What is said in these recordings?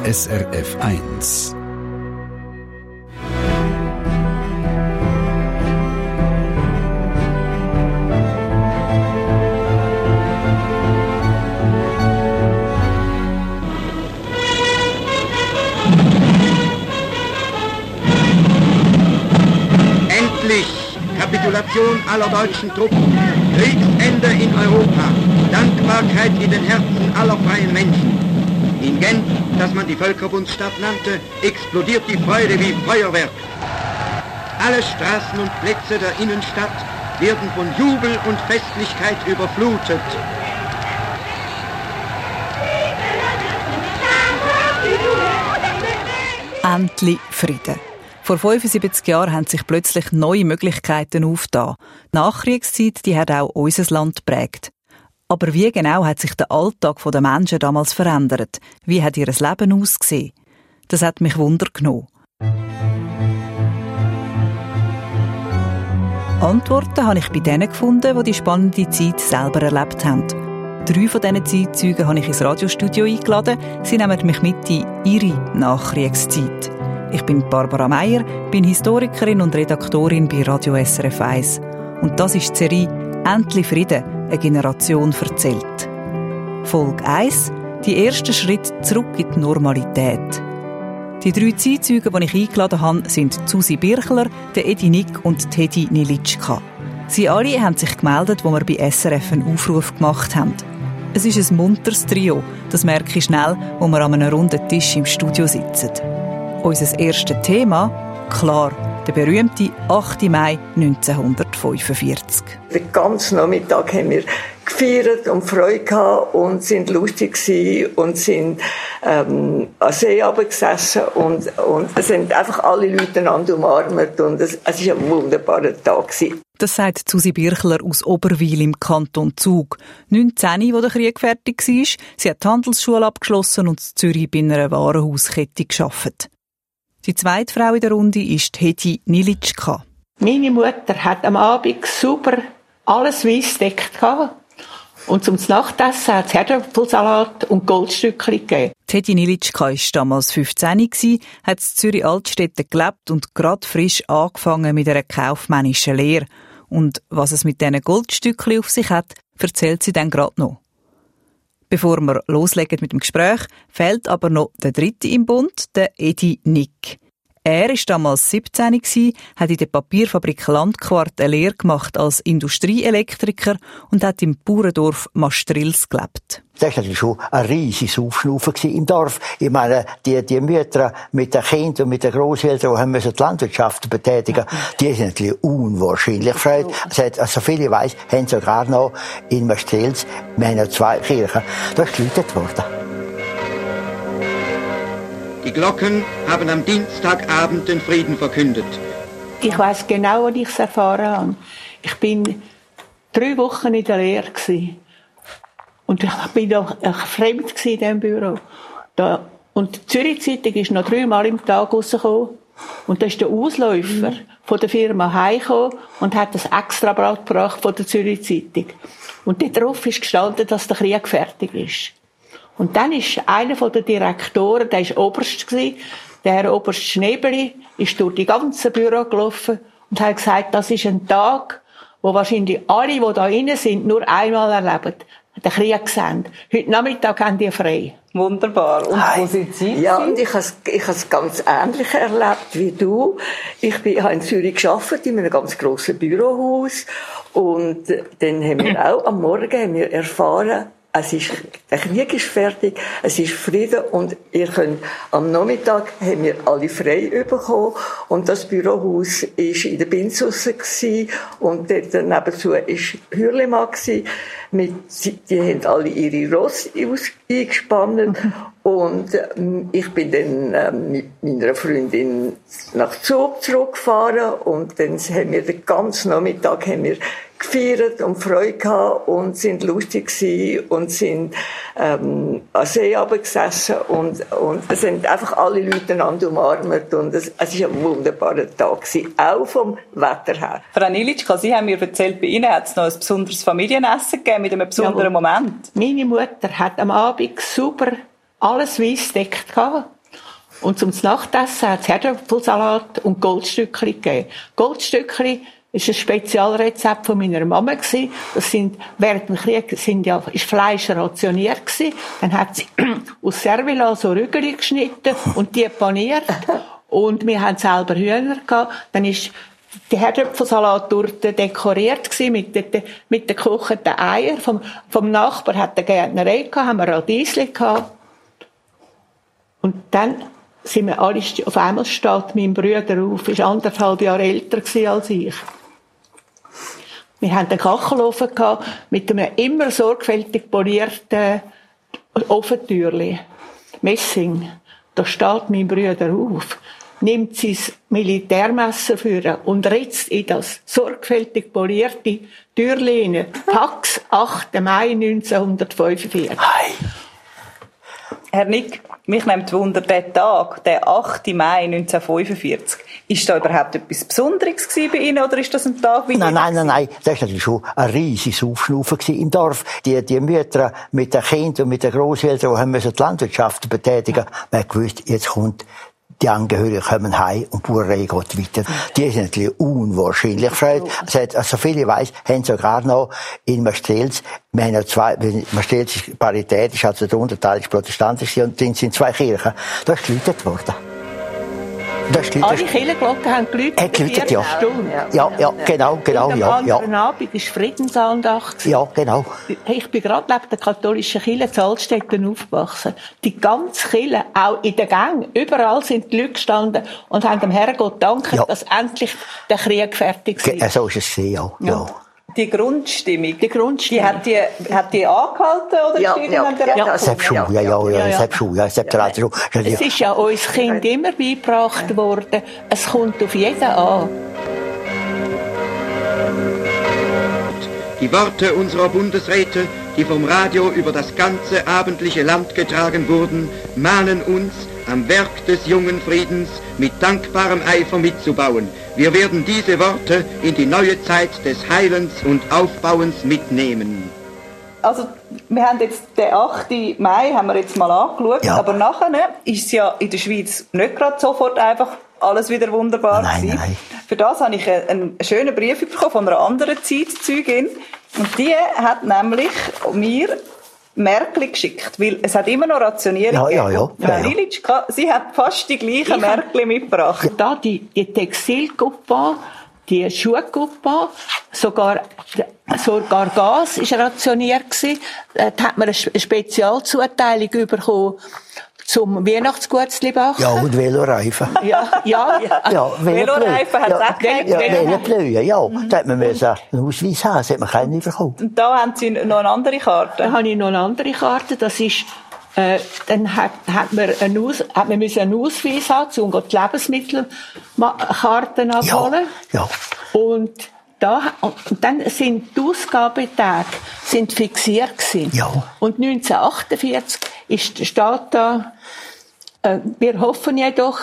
SRF 1. Kapitulation aller deutschen Truppen, Kriegsende in Europa, Dankbarkeit in den Herzen aller freien Menschen. In Genf, das man die Völkerbundsstadt nannte, explodiert die Freude wie Feuerwerk. Alle Straßen und Plätze der Innenstadt werden von Jubel und Festlichkeit überflutet. Endlich Frieden. Vor 75 Jahren haben sich plötzlich neue Möglichkeiten aufgetan. Die Nachkriegszeit, die hat auch unser Land geprägt. Aber wie genau hat sich der Alltag der Menschen damals verändert? Wie hat ihr Leben ausgesehen? Das hat mich Wunder genommen. Antworten habe ich bei denen gefunden, die die spannende Zeit selber erlebt haben. 3 von diesen Zeitzeugen habe ich ins Radiostudio eingeladen. Sie nehmen mich mit in ihre Nachkriegszeit. Ich bin Barbara Meier, bin Historikerin und Redaktorin bei Radio SRF 1. Und das ist die Serie «Endlich Frieden, eine Generation erzählt». Folge 1, die ersten Schritte zurück in die Normalität. Die 3 Zeitzeugen, die ich eingeladen habe, sind Susi Birchler, Edi Nick und Teddy Nilitschka. Sie alle haben sich gemeldet, als wir bei SRF einen Aufruf gemacht haben. Es ist ein munteres Trio, das merke ich schnell, als wir an einem runden Tisch im Studio sitzen. Unser erstes Thema, klar, der berühmte 8. Mai 1945. Den ganzen Nachmittag haben wir gefeiert und Freude gehabt und sind lustig gewesen und sind an See runtergesessen und es sind einfach alle Leute einander umarmt und es war ein wunderbarer Tag gewesen. Das sagt Susi Birchler aus Oberwil im Kanton Zug. 19, wo der Krieg fertig war. Sie hat die Handelsschule abgeschlossen und in Zürich bei einer Warenhauskette gearbeitet. Die zweite Frau in der Runde ist Teddy Nilitschka. Meine Mutter hat am Abend super alles weiss gedeckt und zum Nachtessen hat es Herdöpfelsalat und Goldstückchen gegeben. Teddy Nilitschka war damals 15, hat in Zürich Altstädte gelebt und gerade frisch angefangen mit einer kaufmännischen Lehre. Und was es mit diesen Goldstückchen auf sich hat, erzählt sie dann gerade noch. Bevor wir loslegen mit dem Gespräch, fehlt aber noch der dritte im Bund, der Edi Nick. Er war damals 17, hat in der Papierfabrik Landquart eine Lehre gemacht als Industrieelektriker und hat im Bauerndorf Mastrils gelebt. Das war natürlich schon ein riesiges Aufschnaufen im Dorf. Ich meine, die Mütter mit den Kindern und mit den Grosseltern, die die Landwirtschaft betätigen mussten, die sind natürlich unwahrscheinlich gefreut. Also viele ich weiss, haben sogar noch in Mastrils, wir haben ja 2 Kirchen, da ist geläutet worden. Die Glocken haben am Dienstagabend den Frieden verkündet. Ich weiss genau, wo ich es erfahren habe. Ich bin 3 Wochen in der Lehre und ich bin doch fremd in diesem Büro. Und die Zürich-Zeitung ist noch 3 Mal im Tag rausgekommen. Und da ist der Ausläufer von der Firma heimgekommen und hat das Extrablatt gebracht von der Zürich-Zeitung. Und darauf ist gestanden, dass der Krieg fertig ist. Und dann ist einer der Direktoren, der war Oberst, der Herr Oberst Schnebeli, ist durch die ganze Büro gelaufen und hat gesagt, das ist ein Tag, wo wahrscheinlich alle, die da rein sind, nur einmal erleben. Den Krieg sehen. Heute Nachmittag haben die frei. Wunderbar. Und wo sind Sie? Ja, und ich habe es ganz ähnlich erlebt wie du. Ich habe in Zürich gearbeitet, in einem ganz grossen Bürohaus. Und dann haben wir auch am Morgen erfahren, der Krieg ist fertig, es ist Frieden und am Nachmittag haben wir alle frei bekommen und das Bürohaus war in der Binzusse und dort nebenzu war Hürlimann die haben alle ihre Rosse eingespannt und ich bin dann mit meiner Freundin nach Zug zurückgefahren und dann haben wir den ganzen Nachmittag gefeiert und Freude gehabt und sind lustig gewesen und sind an See runtergesessen und es sind einfach alle Leute einander umarmt und es war ein wunderbarer Tag gewesen, auch vom Wetter her. Frau Nilitschka, Sie haben mir erzählt, bei Ihnen hat es noch ein besonderes Familienessen gegeben mit einem besonderen Moment. Meine Mutter hat am Abend super alles weiss gedeckt Und zum Nachtessen hat es Herdöpfelsalat und Goldstückli gegeben. Goldstückli ist ein Spezialrezept von meiner Mama gewesen. Das sind, während dem Krieg ist Fleisch rationiert gewesen. Dann hat sie aus Servila so Rügeli geschnitten und die paniert. Und wir haben selber Hühner gehabt. Dann ist der Herdöpfelsalattorte dekoriert gewesen mit den gekochten Eiern. Vom Nachbar hat eine Gärtnerei gehabt, haben wir Radiesli gehabt. Und dann sind wir alle, auf einmal steht mein Bruder auf, ist 1,5 Jahre älter gewesen als ich. Wir hatten einen Kachelofen gehabt, mit einem immer sorgfältig polierten Ofentürli. Messing. Da steht mein Bruder auf, nimmt sein Militärmesser vor und ritzt in das sorgfältig polierte Türli rein. Pax, 8. Mai 1945. Hey. Herr Nick, mich nimmt Wunder, der Tag, der 8. Mai 1945, ist da überhaupt etwas Besonderes gewesen bei Ihnen, oder ist das ein Tag wie... Nein. Das war natürlich schon ein riesiges Aufschnaufen im Dorf. Die Mütter mit den Kindern und mit den Grosseltern, die haben die Landwirtschaft betätigen, man hat gewusst, jetzt kommt die Angehörigen kommen heim und die Bauerei geht weiter. Die sind natürlich unwahrscheinlich freut. Also viele weiss, haben sogar noch in Maastricht, wir haben ja Maastricht ist paritätisch, also der Unterteil ist protestantisch, und dann sind 2 Kirchen. Da ist geläutet worden. Alle Kirchenglocken haben geläutet, ja. Ja, genau, und am anderen Abend war Friedensandacht. Ja, genau. Ich bin gerade neben der katholischen Kirche in Altstätten aufgewachsen. Die ganze Kirche, auch in den Gängen, überall sind die Leute gestanden und haben dem Herrgott danken, dass endlich der Krieg fertig ist. So ist es gewesen, ja. Die Grundstimmung, hat die angehalten, oder? Selbst schon. Es ist ja uns Kind immer beigebracht worden, es kommt auf jeden an. Die Worte unserer Bundesräte, die vom Radio über das ganze abendliche Land getragen wurden, mahnen uns, am Werk des jungen Friedens mit dankbarem Eifer mitzubauen. Wir werden diese Worte in die neue Zeit des Heilens und Aufbauens mitnehmen. Also, wir haben jetzt den 8. Mai haben wir jetzt mal angeschaut, aber nachher ist es ja in der Schweiz nicht gerade sofort einfach alles wieder wunderbar gewesen. Nein. Für das habe ich einen schönen Brief bekommen von einer anderen Zeitzeugin. Und die hat nämlich mir Märkli geschickt, weil es hat immer noch Rationierung gegeben. Frau Lilitschka, sie hat fast die gleichen Märkli mitgebracht. Da die Textilgruppe, die Schuhgruppe, sogar Gas ist rationiert gewesen. Da hat man eine Spezialzuteilung bekommen zum Weihnachtsgutzli backen. Ja, und Veloreifen. Ja, Veloreifen hat es auch gegeben. Veloplöhe, ja. Da hat man einen Ausweis haben, das hat man keinen bekommen. Und da haben Sie noch eine andere Karte? Da habe ich noch eine andere Karte, das ist, dann hat man einen Ausweis haben, um die Lebensmittelkarten abholen. Ja. Und dann sind die Ausgabetage fixiert gewesen. Ja. Und 1948 steht da, wir hoffen jedoch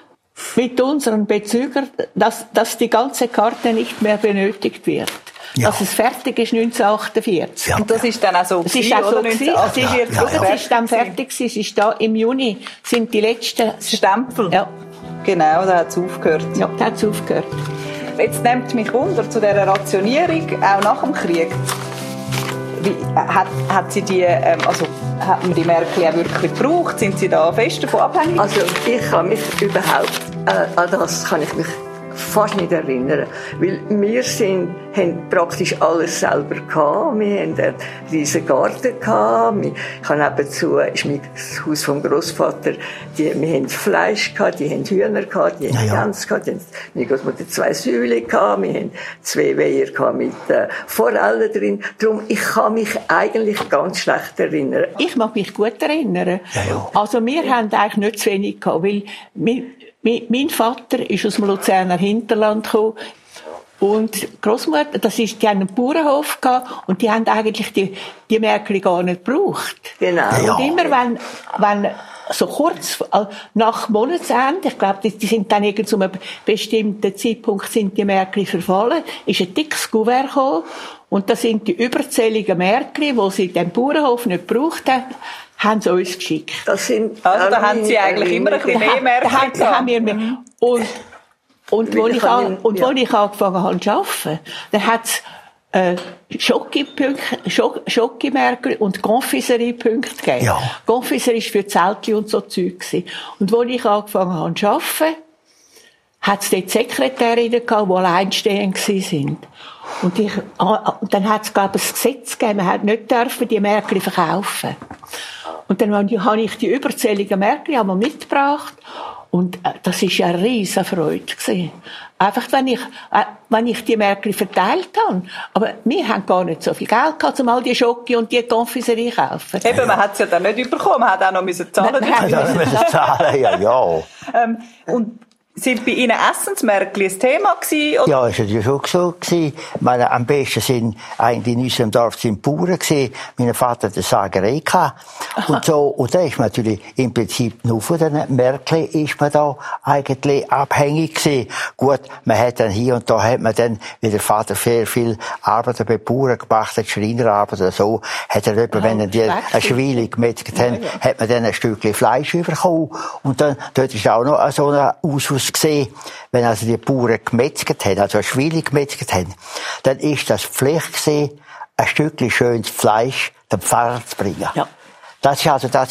mit unseren Bezügern, dass die ganze Karte nicht mehr benötigt wird. Ja. Dass es fertig ist 1948. Ja. Und das ist dann auch so gewesen, es ist auch so gewesen. Es ist dann fertig gewesen. Es ist da im Juni sind die letzten Stempel. Ja. Genau, da hat es aufgehört. Ja, da hat es aufgehört. Jetzt nimmt mich Wunder zu dieser Rationierung, auch nach dem Krieg. Wie, hat sie die, also hat man die Märkli auch wirklich gebraucht? Sind Sie da fest davon abhängig? Also ich kann mich überhaupt, an das kann ich mich fast nicht erinnern. Weil wir haben praktisch alles selber gehabt. Wir haben einen riesen Garten gehabt. Ich habe nebenzu, ist das Haus vom Großvater, wir haben Fleisch gehabt, die haben Hühner gehabt, die haben Gänse gehabt, die haben meine Großmutter 2 Säule gehabt, wir haben 2 Weiher gehabt mit Forellen drin. Darum, ich kann mich eigentlich ganz schlecht erinnern. Ich mag mich gut erinnern. Ja. Also wir haben eigentlich nicht zu wenig gehabt, weil mein Vater ist aus dem Luzerner Hinterland gekommen und Großmutter, die haben einen Bauernhof gehabt und die haben eigentlich die Märkli gar nicht gebraucht. Genau. Ja. Und immer wenn so kurz nach Monatsende, ich glaube, die sind dann irgend zu einem bestimmten Zeitpunkt sind die Märkli verfallen, ist ein dickes Kuvert gekommen und da sind die überzähligen Märkli, die sie in dem Bauernhof nicht gebraucht haben sie uns geschickt. Da haben sie eigentlich immer ein bisschen mehr Märkte gehabt. Haben wir mehr. Und wo ich angefangen habe zu arbeiten, dann hat es Schokimärkli und Confiserie-Punkte gegeben. Ja. Confiserie war für Zeltli und so Zeug. Und wo ich angefangen habe zu arbeiten, hat es dort Sekretärinnen gehabt, die alleinstehend waren. Und dann hat es, glaube ich, ein Gesetz gegeben, man hat nicht dürfen die Märkli verkaufen. Und dann habe ich die überzähligen Märkli mitgebracht. Und das war eine riesige Freude gewesen. Einfach, wenn ich die Märkli verteilt habe. Aber wir haben gar nicht so viel Geld gehabt, um all die Schoki und die Confiserie zu kaufen. Eben, man hat es ja dann nicht bekommen, man hat auch noch zahlen müssen. Ja. Und sind bei Ihnen Essensmärkli ein Thema gewesen? Oder? Ja, es war ja schon so gewesen. Meine, am besten sind eigentlich in unserem Dorf sind Bauern gewesen. Mein Vater hatte eine Sagerei gehabt. Und so, und da ist man natürlich im Prinzip nur von den Märkli ist man da eigentlich abhängig gewesen. Gut, man hat dann hier und da hat man dann, wie der Vater sehr viel Arbeit bei Bauern gemacht hat, Schreinerarbeit oder so, hat er etwa, wenn die eine Schweine gemetzelt haben, hat man dann ein Stückchen Fleisch bekommen. Und dann, dort ist auch noch so ein Ausschuss gesehen, wenn also die Bauern gemetzelt haben, also eine Schweine gemetzelt haben, dann ist das Pflicht gewesen, ein Stückchen schönes Fleisch dem Pfarrer zu bringen. Ja. Das hat sich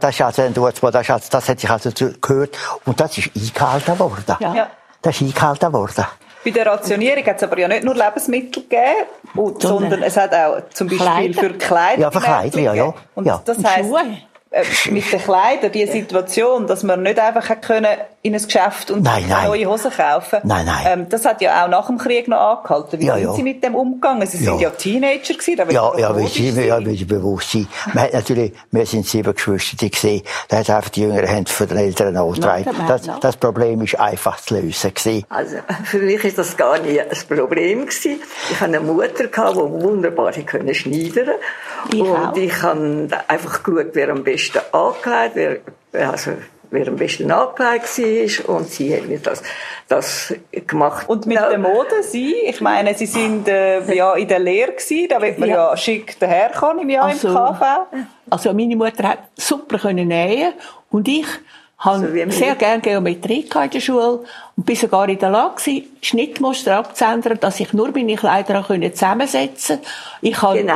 also gehört und das ist eingehalten worden. Ja. Das ist eingehalten worden. Bei der Rationierung hat es aber ja nicht nur Lebensmittel gegeben, sondern es hat auch zum Beispiel für Kleider. Ja, für Kleider, ja. Und das heisst, mit den Kleidern, die Situation, dass man nicht einfach in ein Geschäft und neue Hosen kaufen. Nein. Das hat ja auch nach dem Krieg noch angehalten. Wie sind Sie mit dem umgegangen? Sie sind ja Teenager gewesen. Will ich bewusst sein. Man hat natürlich, wir sind 7 Geschwister gesehen, da hat einfach die jüngeren Hände von den Eltern angetragen. Das Problem ist einfach zu lösen gewesen. Also, für mich ist das gar nicht ein Problem gewesen. Ich hatte eine Mutter, die wunderbar schneidern konnte. Und ich habe einfach geschaut, wer am besten angekleidet, wer am besten angekleidet war, und sie hat mir das gemacht. Und mit der Mode, ich meine, Sie sind in der Lehre gewesen, da wird man ja schick daherkommen im KV. Also meine Mutter hat super nähen und ich habe sehr gerne Geometrie in der Schule und bin sogar in der Lage gewesen, Schnittmuster abzuändern, dass ich nur meine Kleider zusammensetzen konnte. Ich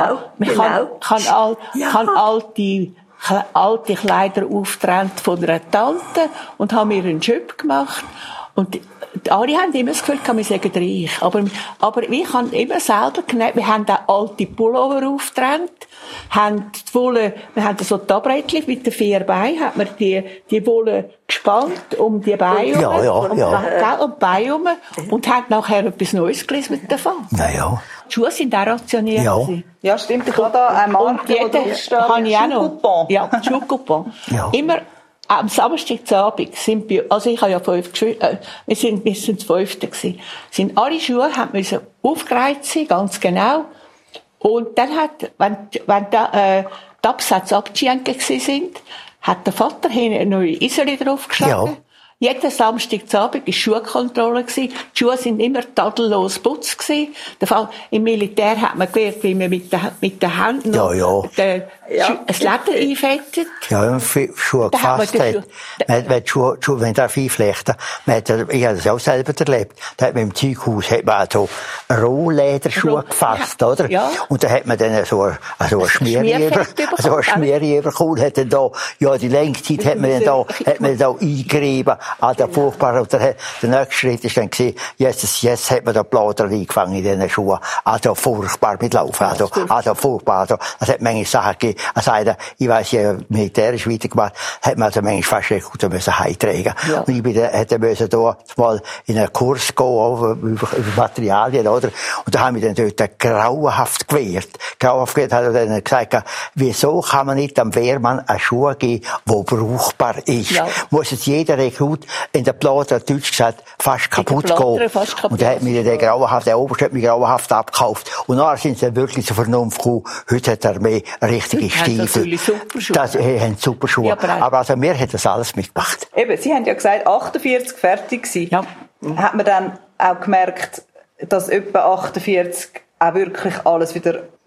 kann alte Kleider auftrennt von einer Tante und habe mir einen Job gemacht. Und alle haben immer das Gefühl, wir sagen reich. Aber ich habe immer selber genäht. Wir haben auch alte Pullover auftrennt, haben die Wolle, wir haben so Tablettchen mit den 4 Beinen, hat man die Wolle gespannt um die Beine um die Beine herum und hat nachher etwas Neues gelesen mit davon. Ja. Die Schuhe sind auch rationiert. Ja, stimmt. Ich habe da einen Marke, habe ich auch noch. Ja, Schuhcoupon. Immer am Samstagabend sind ich habe ja 5 Geschwister, wir sind 5 gewesen. Sind alle Schuhe müssen aufgereiht sein, ganz genau. Und dann wenn die Absätze abgeschenkt sind, hat der Vater hinten eine neue Iseli draufgeschlagen. Ja. Jeden Samstagabend war Schuhkontrolle. Die Schuhe sind immer tadellos putzt gewesen. Im Militär hat man gelernt, wie man mit den Händen das Leder einfettet. Ja, wenn man Schuhe gefasst hat. Wenn darf einflechten. Ich habe das auch selber erlebt. Da hat man im Zeughaus so Rohlederschuhe gefasst, oder? Ja. Und da hat man dann so eine Schmierie bekommen. Hat dann da, die Längszeit hat man dann da eingerieben. Der furchtbare, und der nächste Schritt ist dann gewesen, jetzt hat man da Blader eingefangen in diesen Schuhen. Also furchtbar mit Laufen. Also furchtbar. Es hat manche Sachen gegeben. Also ich weiss, ja, militärisch weitergemacht, hat man also manchmal fast nicht gut heimtragen. Ja. Und ich musste da mal in einen Kurs gehen, über Materialien, oder? Und da haben wir dann dort grauenhaft gewehrt. Hat er dann gesagt, wieso kann man nicht dem Wehrmann eine Schuhe geben, die brauchbar ist? Ja. Muss es jeder Rekrut in der Platte, Deutsch gesagt, fast kaputt gehen. Und da hat mir der Oberst hat mich grauenhaft abgekauft. Und nachher sind sie wirklich zur Vernunft gekommen. Heute hat er mehr richtige Stiefel. Das haben super Schuhe. Ja, aber also mir hat das alles mitgemacht. Eben, Sie haben ja gesagt, 48 fertig gewesen. Ja. Hat man dann auch gemerkt, dass etwa 48 auch wirklich alles wieder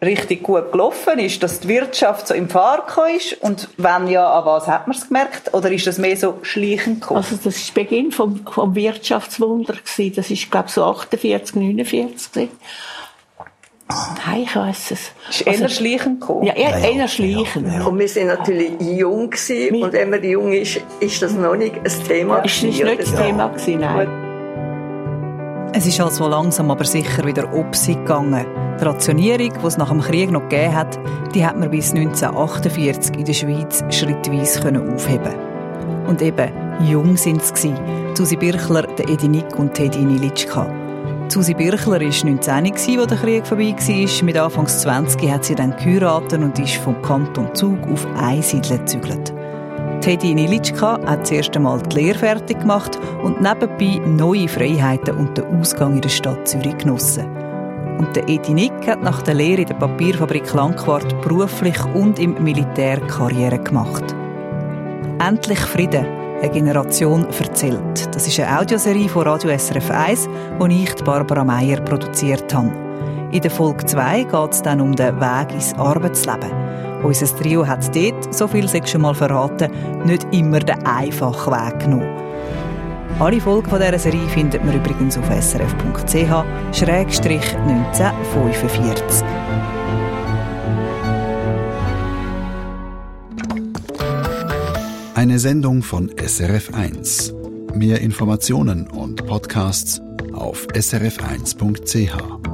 richtig gut gelaufen ist, dass die Wirtschaft so im Fahren ist? Und wenn ja, an was hat man es gemerkt? Oder ist das mehr so schleichend gekommen? Also das war der Beginn vom Wirtschaftswunder. Das war, glaube ich, so 48, 49. Nein, ich weiss es. Ist eher schleichend gekommen? Ja, eher schleichend. Ja. Und wir sind natürlich jung gewesen. Und wenn man jung ist das noch nicht ein Thema gewesen. Ist nicht das Thema gewesen, nein. Es ist also langsam aber sicher wieder Obsi gegangen. Die Rationierung, die es nach dem Krieg noch gegeben hat, die hat man bis 1948 in der Schweiz schrittweise aufheben. Und eben, jung sind es gewesen. Susi Birchler, der Edi Nick und Tedi Nilitschka. Susi Birchler war 19, als der Krieg vorbei war. Mit Anfangs 20 hat sie dann geheiratet und ist vom Kanton Zug auf Einsiedeln gezügelt. Tedi Nilitschka hat das erste Mal die Lehre fertig gemacht und nebenbei neue Freiheiten und den Ausgang in der Stadt Zürich genossen. Und der Edi Nick hat nach der Lehre in der Papierfabrik Langquart beruflich und im Militär Karriere gemacht. «Endlich Frieden. Eine Generation erzählt». Das ist eine Audioserie von Radio SRF 1, die ich, Barbara Meier, produziert habe. In der Folge 2 geht es dann um den Weg ins Arbeitsleben. Unser Trio hat dort, so viel sei schon mal verraten, nicht immer den einfachen Weg genommen. Alle Folgen dieser Serie findet man übrigens auf srf.ch/1945. Eine Sendung von SRF 1. Mehr Informationen und Podcasts auf srf1.ch.